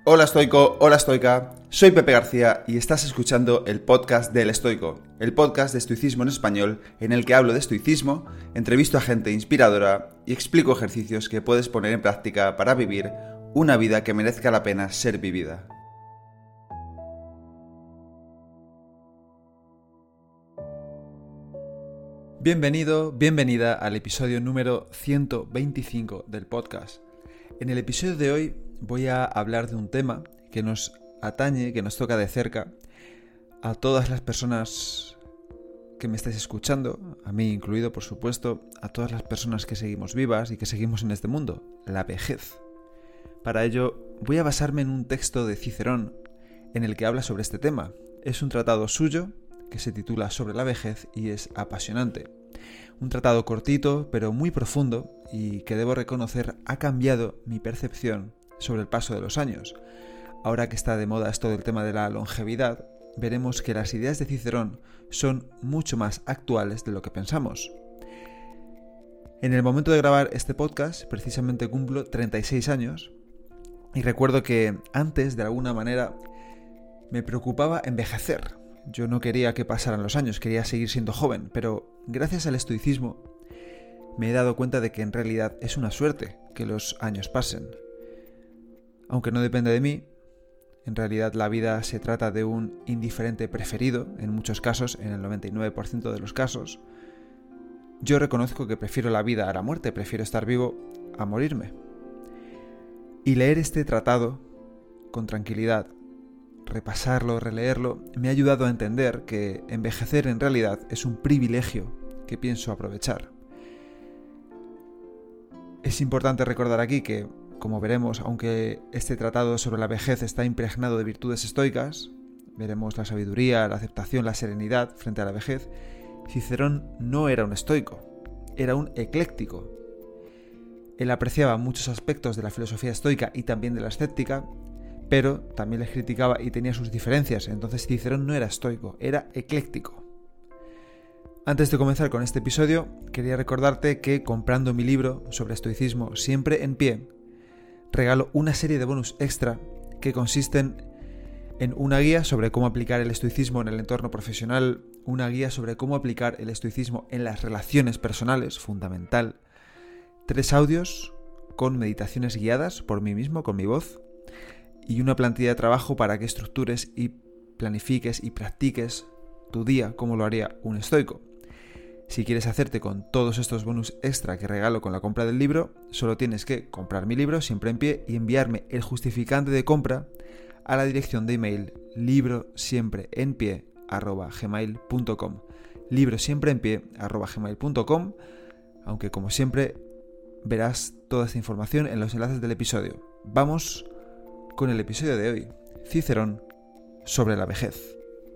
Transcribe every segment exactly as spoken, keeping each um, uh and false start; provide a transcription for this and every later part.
Hola estoico, hola estoica, soy Pepe García y estás escuchando el podcast del Estoico, el podcast de estoicismo en español en el que hablo de estoicismo, entrevisto a gente inspiradora y explico ejercicios que puedes poner en práctica para vivir una vida que merezca la pena ser vivida. Bienvenido, bienvenida al episodio número ciento veinticinco del podcast. En el episodio de hoy voy a hablar de un tema que nos atañe, que nos toca de cerca a todas las personas que me estáis escuchando, a mí incluido, por supuesto, a todas las personas que seguimos vivas y que seguimos en este mundo, la vejez. Para ello, voy a basarme en un texto de Cicerón en el que habla sobre este tema. Es un tratado suyo que se titula Sobre la vejez y es apasionante. Un tratado cortito, pero muy profundo y que debo reconocer ha cambiado mi percepción sobre el paso de los años. Ahora que está de moda esto del tema de la longevidad, veremos que las ideas de Cicerón son mucho más actuales de lo que pensamos. En el momento de grabar este podcast, precisamente cumplo treinta y seis años y recuerdo que antes, de alguna manera, me preocupaba envejecer. Yo no quería que pasaran los años, quería seguir siendo joven, pero gracias al estoicismo me he dado cuenta de que en realidad es una suerte que los años pasen. Aunque no depende de mí, en realidad la vida se trata de un indiferente preferido, en muchos casos, en el noventa y nueve por ciento de los casos. Yo reconozco que prefiero la vida a la muerte, prefiero estar vivo a morirme. Y leer este tratado con tranquilidad, repasarlo, releerlo, me ha ayudado a entender que envejecer en realidad es un privilegio que pienso aprovechar. Es importante recordar aquí que, como veremos, aunque este tratado sobre la vejez está impregnado de virtudes estoicas, veremos la sabiduría, la aceptación, la serenidad frente a la vejez, Cicerón no era un estoico, era un ecléctico. Él apreciaba muchos aspectos de la filosofía estoica y también de la escéptica, pero también les criticaba y tenía sus diferencias, entonces Cicerón no era estoico, era ecléctico. Antes de comenzar con este episodio, quería recordarte que comprando mi libro sobre estoicismo siempre en pie, regalo una serie de bonus extra que consisten en una guía sobre cómo aplicar el estoicismo en el entorno profesional, una guía sobre cómo aplicar el estoicismo en las relaciones personales, fundamental, tres audios con meditaciones guiadas por mí mismo, con mi voz, y una plantilla de trabajo para que estructures y planifiques y practiques tu día como lo haría un estoico. Si quieres hacerte con todos estos bonus extra que regalo con la compra del libro, solo tienes que comprar mi libro siempre en pie y enviarme el justificante de compra a la dirección de email librosiempreenpie arroba gmail punto com librosiempreenpie arroba gmail punto com, aunque como siempre verás toda esta información en los enlaces del episodio. Vamos con el episodio de hoy, Cicerón sobre la vejez.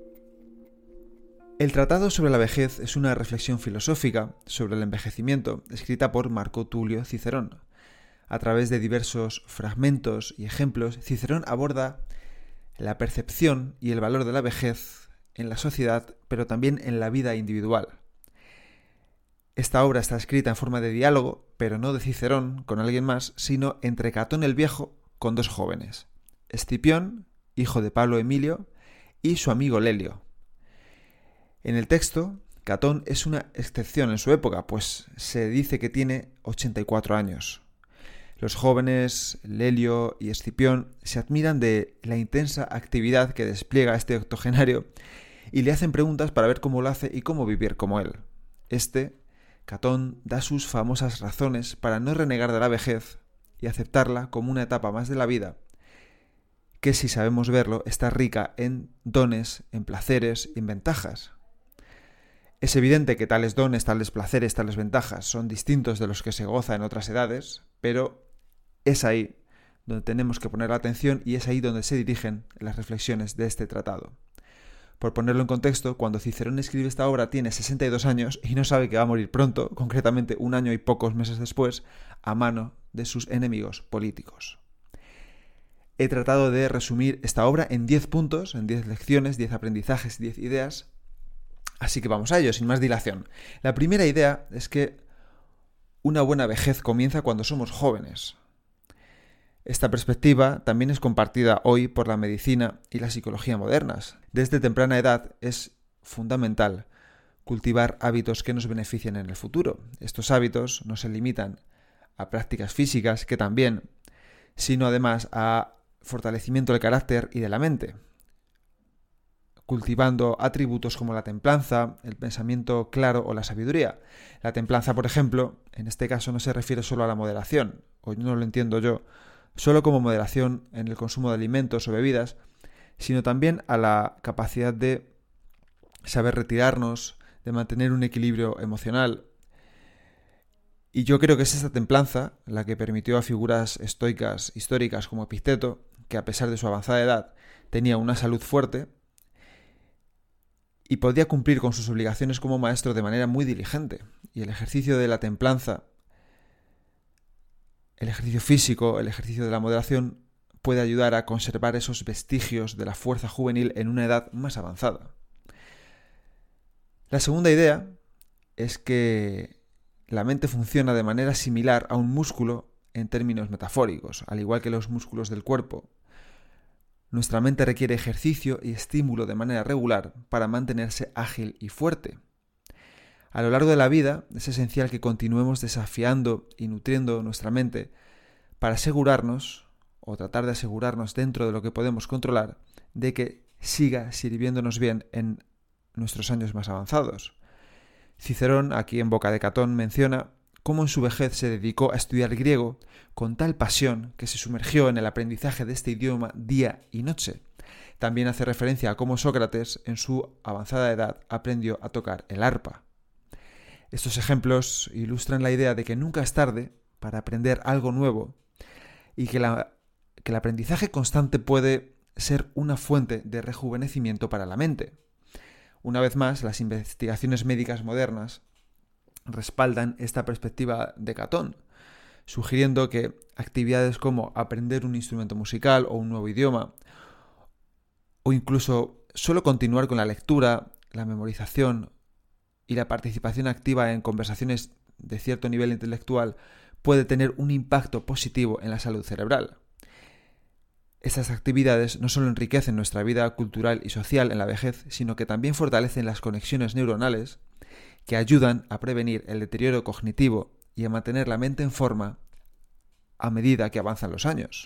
El Tratado sobre la vejez es una reflexión filosófica sobre el envejecimiento escrita por Marco Tulio Cicerón. A través de diversos fragmentos y ejemplos, Cicerón aborda la percepción y el valor de la vejez en la sociedad, pero también en la vida individual. Esta obra está escrita en forma de diálogo, pero no de Cicerón con alguien más, sino entre Catón el Viejo con dos jóvenes, Escipión, hijo de Pablo Emilio, y su amigo Lelio. En el texto, Catón es una excepción en su época, pues se dice que tiene ochenta y cuatro años. Los jóvenes Lelio y Escipión se admiran de la intensa actividad que despliega este octogenario y le hacen preguntas para ver cómo lo hace y cómo vivir como él. Este, Catón, da sus famosas razones para no renegar de la vejez y aceptarla como una etapa más de la vida, que si sabemos verlo está rica en dones, en placeres y en ventajas. Es evidente que tales dones, tales placeres, tales ventajas son distintos de los que se goza en otras edades, pero es ahí donde tenemos que poner la atención y es ahí donde se dirigen las reflexiones de este tratado. Por ponerlo en contexto, cuando Cicerón escribe esta obra tiene sesenta y dos años y no sabe que va a morir pronto, concretamente un año y pocos meses después, a mano de sus enemigos políticos. He tratado de resumir esta obra en diez puntos, en diez lecciones, diez aprendizajes, diez ideas. Así que vamos a ello, sin más dilación. La primera idea es que una buena vejez comienza cuando somos jóvenes. Esta perspectiva también es compartida hoy por la medicina y la psicología modernas. Desde temprana edad es fundamental cultivar hábitos que nos beneficien en el futuro. Estos hábitos no se limitan a prácticas físicas, que también, sino además a fortalecimiento del carácter y de la mente, cultivando atributos como la templanza, el pensamiento claro o la sabiduría. La templanza, por ejemplo, en este caso no se refiere solo a la moderación, o no lo entiendo yo, solo como moderación en el consumo de alimentos o bebidas, sino también a la capacidad de saber retirarnos, de mantener un equilibrio emocional. Y yo creo que es esta templanza la que permitió a figuras estoicas históricas como Epicteto, que a pesar de su avanzada edad tenía una salud fuerte y podía cumplir con sus obligaciones como maestro de manera muy diligente. Y el ejercicio de la templanza, el ejercicio físico, el ejercicio de la moderación, puede ayudar a conservar esos vestigios de la fuerza juvenil en una edad más avanzada. La segunda idea es que la mente funciona de manera similar a un músculo en términos metafóricos, al igual que los músculos del cuerpo. Nuestra mente requiere ejercicio y estímulo de manera regular para mantenerse ágil y fuerte. A lo largo de la vida es esencial que continuemos desafiando y nutriendo nuestra mente para asegurarnos, o tratar de asegurarnos dentro de lo que podemos controlar, de que siga sirviéndonos bien en nuestros años más avanzados. Cicerón, aquí en Boca de Catón, menciona cómo en su vejez se dedicó a estudiar griego con tal pasión que se sumergió en el aprendizaje de este idioma día y noche. También hace referencia a cómo Sócrates, en su avanzada edad, aprendió a tocar el arpa. Estos ejemplos ilustran la idea de que nunca es tarde para aprender algo nuevo y que, la, que el aprendizaje constante puede ser una fuente de rejuvenecimiento para la mente. Una vez más, las investigaciones médicas modernas respaldan esta perspectiva de Catón, sugiriendo que actividades como aprender un instrumento musical o un nuevo idioma, o incluso solo continuar con la lectura, la memorización y la participación activa en conversaciones de cierto nivel intelectual, puede tener un impacto positivo en la salud cerebral. Estas actividades no solo enriquecen nuestra vida cultural y social en la vejez, sino que también fortalecen las conexiones neuronales que ayudan a prevenir el deterioro cognitivo y a mantener la mente en forma a medida que avanzan los años.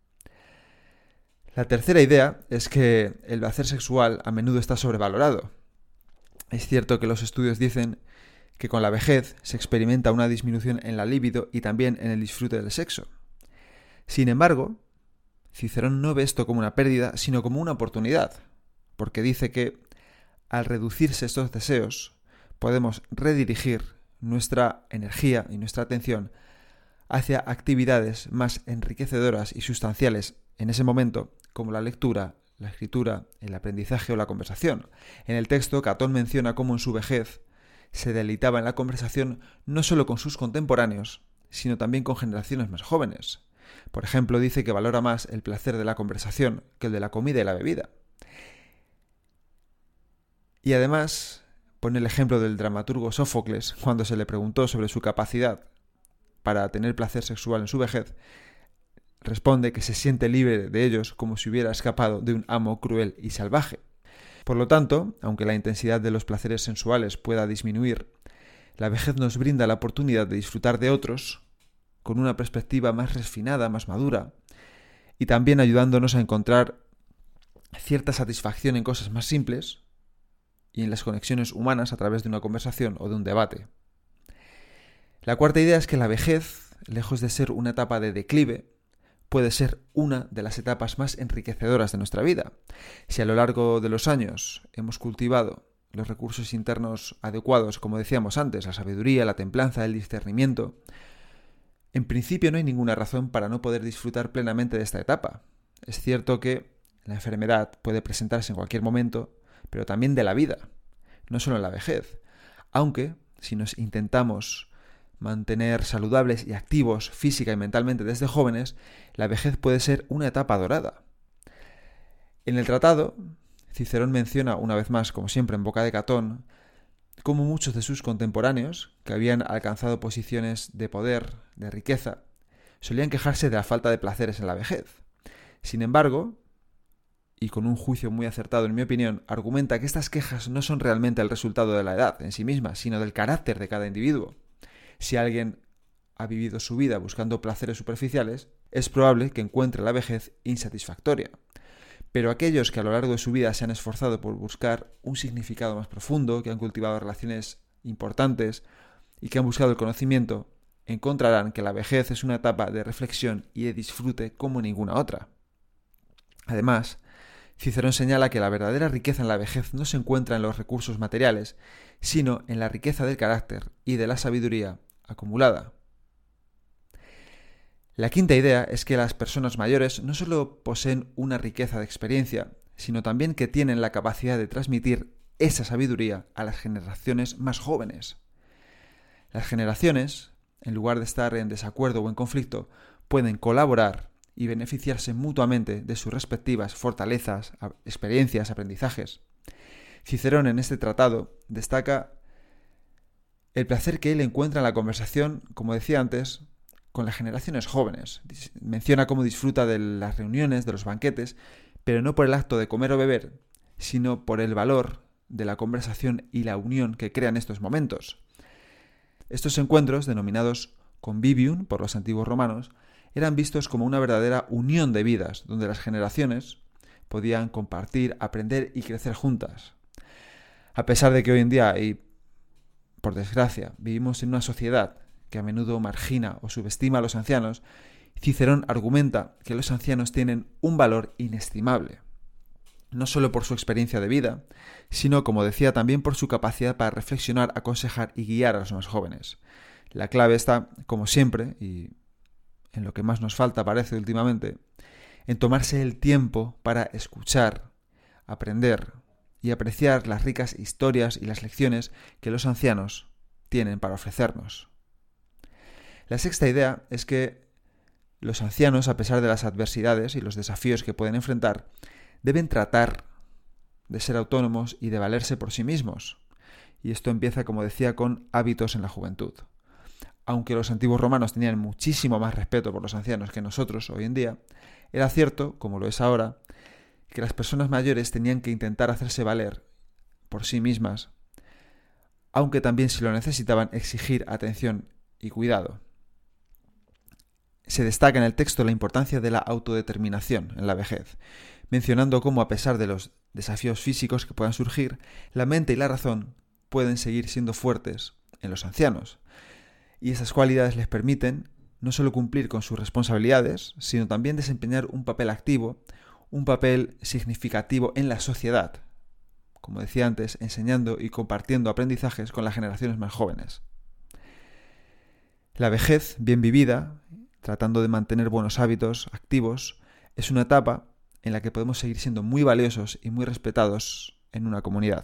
La tercera idea es que el placer sexual a menudo está sobrevalorado. Es cierto que los estudios dicen que con la vejez se experimenta una disminución en la libido y también en el disfrute del sexo. Sin embargo, Cicerón no ve esto como una pérdida, sino como una oportunidad, porque dice que al reducirse estos deseos, podemos redirigir nuestra energía y nuestra atención hacia actividades más enriquecedoras y sustanciales en ese momento, como la lectura, la escritura, el aprendizaje o la conversación. En el texto, Catón menciona cómo en su vejez se deleitaba en la conversación no solo con sus contemporáneos, sino también con generaciones más jóvenes. Por ejemplo, dice que valora más el placer de la conversación que el de la comida y la bebida. Y además pone el ejemplo del dramaturgo Sófocles cuando se le preguntó sobre su capacidad para tener placer sexual en su vejez. Responde que se siente libre de ellos como si hubiera escapado de un amo cruel y salvaje. Por lo tanto, aunque la intensidad de los placeres sensuales pueda disminuir, la vejez nos brinda la oportunidad de disfrutar de otros con una perspectiva más refinada, más madura, y también ayudándonos a encontrar cierta satisfacción en cosas más simples y en las conexiones humanas a través de una conversación o de un debate. La cuarta idea es que la vejez, lejos de ser una etapa de declive, puede ser una de las etapas más enriquecedoras de nuestra vida. Si a lo largo de los años hemos cultivado los recursos internos adecuados, como decíamos antes, la sabiduría, la templanza, el discernimiento, en principio no hay ninguna razón para no poder disfrutar plenamente de esta etapa. Es cierto que la enfermedad puede presentarse en cualquier momento, pero también de la vida, no solo en la vejez. Aunque, si nos intentamos mantener saludables y activos física y mentalmente desde jóvenes, la vejez puede ser una etapa dorada. En el tratado, Cicerón menciona una vez más, como siempre en boca de Catón, cómo muchos de sus contemporáneos, que habían alcanzado posiciones de poder, de riqueza, solían quejarse de la falta de placeres en la vejez. Sin embargo, y con un juicio muy acertado en mi opinión, argumenta que estas quejas no son realmente el resultado de la edad en sí misma, sino del carácter de cada individuo. Si alguien ha vivido su vida buscando placeres superficiales, es probable que encuentre la vejez insatisfactoria. Pero aquellos que a lo largo de su vida se han esforzado por buscar un significado más profundo, que han cultivado relaciones importantes y que han buscado el conocimiento, encontrarán que la vejez es una etapa de reflexión y de disfrute como ninguna otra. Además, Cicerón señala que la verdadera riqueza en la vejez no se encuentra en los recursos materiales, sino en la riqueza del carácter y de la sabiduría acumulada. La quinta idea es que las personas mayores no solo poseen una riqueza de experiencia, sino también que tienen la capacidad de transmitir esa sabiduría a las generaciones más jóvenes. Las generaciones, en lugar de estar en desacuerdo o en conflicto, pueden colaborar y beneficiarse mutuamente de sus respectivas fortalezas, experiencias, aprendizajes. Cicerón en este tratado destaca el placer que él encuentra en la conversación, como decía antes, con las generaciones jóvenes. Menciona cómo disfruta de las reuniones, de los banquetes, pero no por el acto de comer o beber, sino por el valor de la conversación y la unión que crean estos momentos. Estos encuentros, denominados convivium por los antiguos romanos, eran vistos como una verdadera unión de vidas, donde las generaciones podían compartir, aprender y crecer juntas. A pesar de que hoy en día, y por desgracia, vivimos en una sociedad que a menudo margina o subestima a los ancianos, Cicerón argumenta que los ancianos tienen un valor inestimable, no solo por su experiencia de vida, sino, como decía, también por su capacidad para reflexionar, aconsejar y guiar a los más jóvenes. La clave está, como siempre, y en lo que más nos falta parece últimamente, en tomarse el tiempo para escuchar, aprender y apreciar las ricas historias y las lecciones que los ancianos tienen para ofrecernos. La sexta idea es que los ancianos, a pesar de las adversidades y los desafíos que pueden enfrentar, deben tratar de ser autónomos y de valerse por sí mismos. Y esto empieza, como decía, con hábitos en la juventud. Aunque los antiguos romanos tenían muchísimo más respeto por los ancianos que nosotros hoy en día, era cierto, como lo es ahora, que las personas mayores tenían que intentar hacerse valer por sí mismas, aunque también, si lo necesitaban, exigir atención y cuidado. Se destaca en el texto la importancia de la autodeterminación en la vejez, mencionando cómo, a pesar de los desafíos físicos que puedan surgir, la mente y la razón pueden seguir siendo fuertes en los ancianos. Y esas cualidades les permiten no solo cumplir con sus responsabilidades, sino también desempeñar un papel activo, un papel significativo en la sociedad, como decía antes, enseñando y compartiendo aprendizajes con las generaciones más jóvenes. La vejez, bien vivida, tratando de mantener buenos hábitos activos, es una etapa en la que podemos seguir siendo muy valiosos y muy respetados en una comunidad.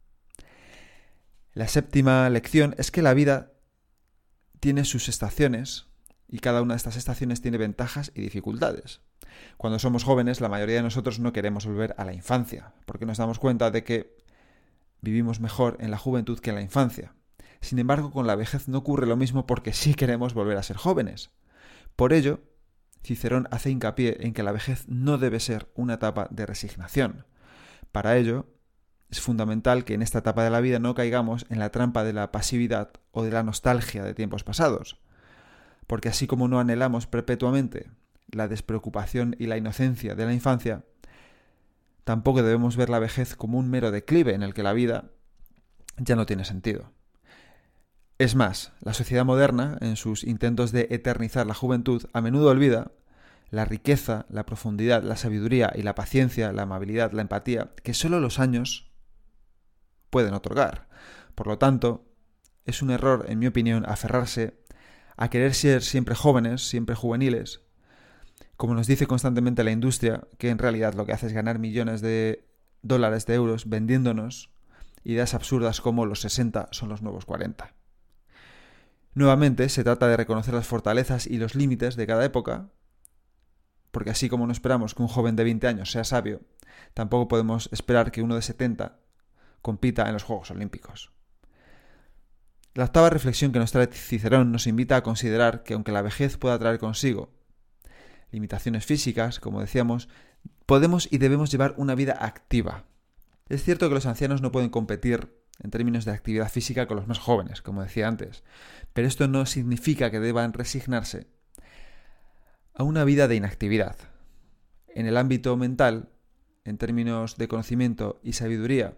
La séptima lección es que la vida tiene sus estaciones y cada una de estas estaciones tiene ventajas y dificultades. Cuando somos jóvenes, la mayoría de nosotros no queremos volver a la infancia, porque nos damos cuenta de que vivimos mejor en la juventud que en la infancia. Sin embargo, con la vejez no ocurre lo mismo porque sí queremos volver a ser jóvenes. Por ello, Cicerón hace hincapié en que la vejez no debe ser una etapa de resignación. Para ello, es fundamental que en esta etapa de la vida no caigamos en la trampa de la pasividad o de la nostalgia de tiempos pasados. Porque así como no anhelamos perpetuamente la despreocupación y la inocencia de la infancia, tampoco debemos ver la vejez como un mero declive en el que la vida ya no tiene sentido. Es más, la sociedad moderna, en sus intentos de eternizar la juventud, a menudo olvida la riqueza, la profundidad, la sabiduría y la paciencia, la amabilidad, la empatía, que solo los años pueden otorgar. Por lo tanto, es un error, en mi opinión, aferrarse a querer ser siempre jóvenes, siempre juveniles, como nos dice constantemente la industria, que en realidad lo que hace es ganar millones de dólares, de euros, vendiéndonos ideas absurdas como los sesenta son los nuevos cuarenta. Nuevamente, se trata de reconocer las fortalezas y los límites de cada época, porque así como no esperamos que un joven de veinte años sea sabio, tampoco podemos esperar que uno de setenta compita en los Juegos Olímpicos. La octava reflexión que nos trae Cicerón nos invita a considerar que aunque la vejez pueda traer consigo limitaciones físicas, como decíamos, podemos y debemos llevar una vida activa. Es cierto que los ancianos no pueden competir en términos de actividad física con los más jóvenes, como decía antes, pero esto no significa que deban resignarse a una vida de inactividad. En el ámbito mental, en términos de conocimiento y sabiduría,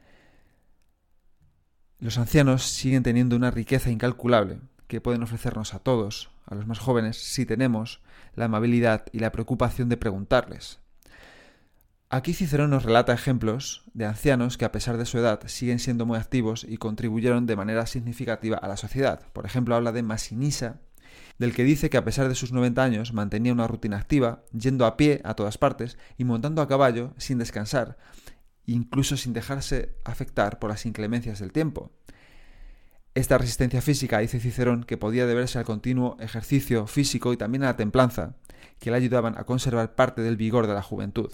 los ancianos siguen teniendo una riqueza incalculable que pueden ofrecernos a todos, a los más jóvenes, si tenemos la amabilidad y la preocupación de preguntarles. Aquí Cicerón nos relata ejemplos de ancianos que a pesar de su edad siguen siendo muy activos y contribuyeron de manera significativa a la sociedad. Por ejemplo, habla de Masinisa, del que dice que a pesar de sus noventa años mantenía una rutina activa, yendo a pie a todas partes y montando a caballo sin descansar, incluso sin dejarse afectar por las inclemencias del tiempo. Esta resistencia física, dice Cicerón, que podía deberse al continuo ejercicio físico y también a la templanza, que le ayudaban a conservar parte del vigor de la juventud.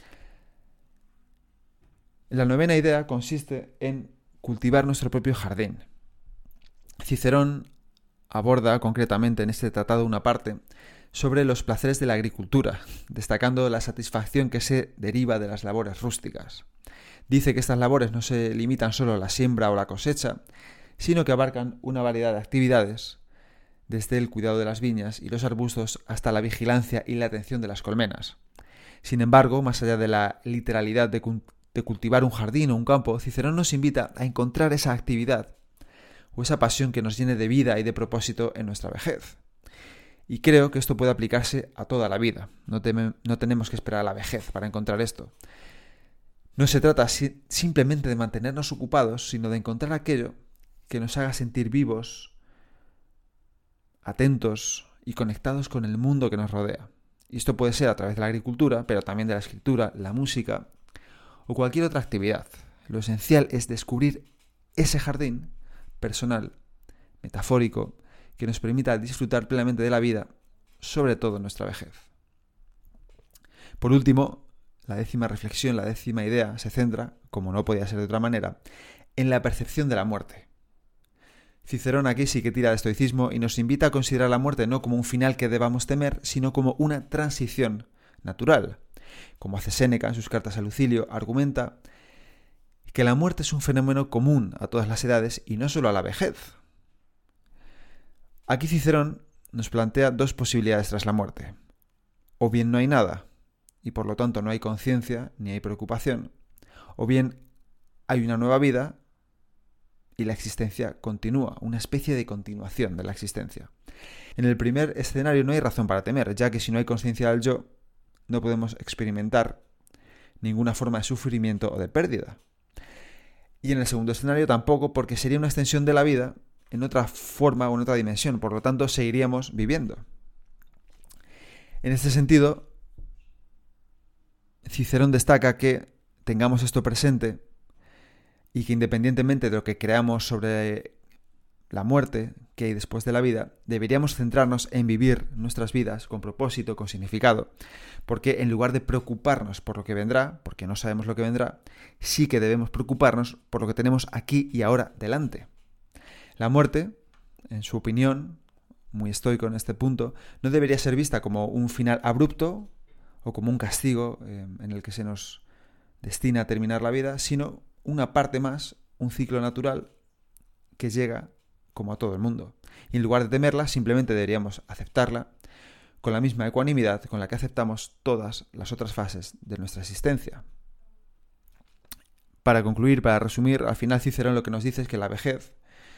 La novena idea consiste en cultivar nuestro propio jardín. Cicerón aborda concretamente en este tratado una parte sobre los placeres de la agricultura, destacando la satisfacción que se deriva de las labores rústicas. Dice que estas labores no se limitan solo a la siembra o la cosecha, sino que abarcan una variedad de actividades, desde el cuidado de las viñas y los arbustos hasta la vigilancia y la atención de las colmenas. Sin embargo, más allá de la literalidad de, cu- de cultivar un jardín o un campo, Cicerón nos invita a encontrar esa actividad o esa pasión que nos llene de vida y de propósito en nuestra vejez. Y creo que esto puede aplicarse a toda la vida. No, tem- no tenemos que esperar a la vejez para encontrar esto. No se trata si- simplemente de mantenernos ocupados, sino de encontrar aquello que nos haga sentir vivos, atentos y conectados con el mundo que nos rodea. Y esto puede ser a través de la agricultura, pero también de la escritura, la música o cualquier otra actividad. Lo esencial es descubrir ese jardín personal, metafórico, que nos permita disfrutar plenamente de la vida, sobre todo en nuestra vejez. Por último, la décima reflexión, la décima idea, se centra, como no podía ser de otra manera, en la percepción de la muerte. Cicerón aquí sí que tira de estoicismo y nos invita a considerar la muerte no como un final que debamos temer, sino como una transición natural. Como hace Séneca en sus cartas a Lucilio, argumenta que la muerte es un fenómeno común a todas las edades y no solo a la vejez. Aquí Cicerón nos plantea dos posibilidades tras la muerte. O bien no hay nada, y por lo tanto no hay conciencia ni hay preocupación, o bien hay una nueva vida y la existencia continúa, una especie de continuación de la existencia. En el primer escenario no hay razón para temer, ya que si no hay conciencia del yo, no podemos experimentar ninguna forma de sufrimiento o de pérdida. Y en el segundo escenario tampoco, porque sería una extensión de la vida en otra forma o en otra dimensión, por lo tanto seguiríamos viviendo. En este sentido, Cicerón destaca que tengamos esto presente y que independientemente de lo que creamos sobre la muerte que hay después de la vida, deberíamos centrarnos en vivir nuestras vidas con propósito, con significado, porque en lugar de preocuparnos por lo que vendrá, porque no sabemos lo que vendrá, sí que debemos preocuparnos por lo que tenemos aquí y ahora delante. La muerte, en su opinión, muy estoico en este punto, no debería ser vista como un final abrupto o como un castigo eh, en el que se nos destina a terminar la vida, sino una parte más, un ciclo natural que llega como a todo el mundo. Y en lugar de temerla, simplemente deberíamos aceptarla con la misma ecuanimidad con la que aceptamos todas las otras fases de nuestra existencia. Para concluir, para resumir, al final Cicerón lo que nos dice es que la vejez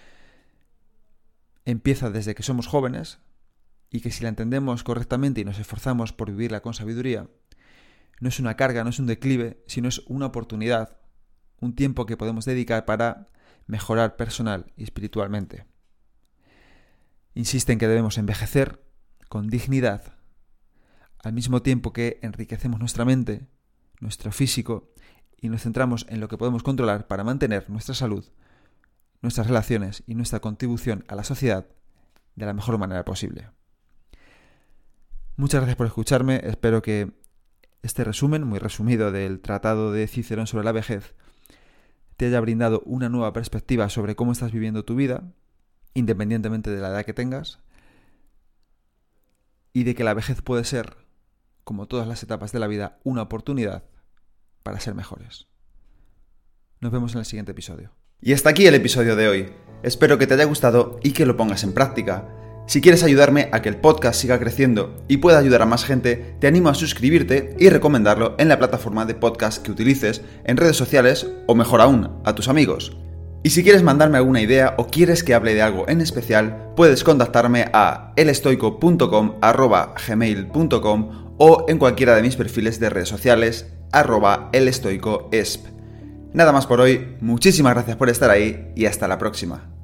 empieza desde que somos jóvenes y que si la entendemos correctamente y nos esforzamos por vivirla con sabiduría, no es una carga, no es un declive, sino es una oportunidad, un tiempo que podemos dedicar para mejorar personal y espiritualmente. Insiste en que debemos envejecer con dignidad, al mismo tiempo que enriquecemos nuestra mente, nuestro físico, y nos centramos en lo que podemos controlar para mantener nuestra salud, nuestras relaciones y nuestra contribución a la sociedad de la mejor manera posible. Muchas gracias por escucharme, espero que este resumen, muy resumido, del Tratado de Cicerón sobre la vejez, te haya brindado una nueva perspectiva sobre cómo estás viviendo tu vida independientemente de la edad que tengas, y de que la vejez puede ser, como todas las etapas de la vida, una oportunidad para ser mejores. Nos vemos en el siguiente episodio. Y hasta aquí el episodio de hoy. Espero que te haya gustado y que lo pongas en práctica. Si quieres ayudarme a que el podcast siga creciendo y pueda ayudar a más gente, te animo a suscribirte y recomendarlo en la plataforma de podcast que utilices, en redes sociales o mejor aún, a tus amigos. Y si quieres mandarme alguna idea o quieres que hable de algo en especial, puedes contactarme a elestoico punto com arroba gmail punto com o en cualquiera de mis perfiles de redes sociales arroba elestoicoesp. Nada más por hoy, muchísimas gracias por estar ahí y hasta la próxima.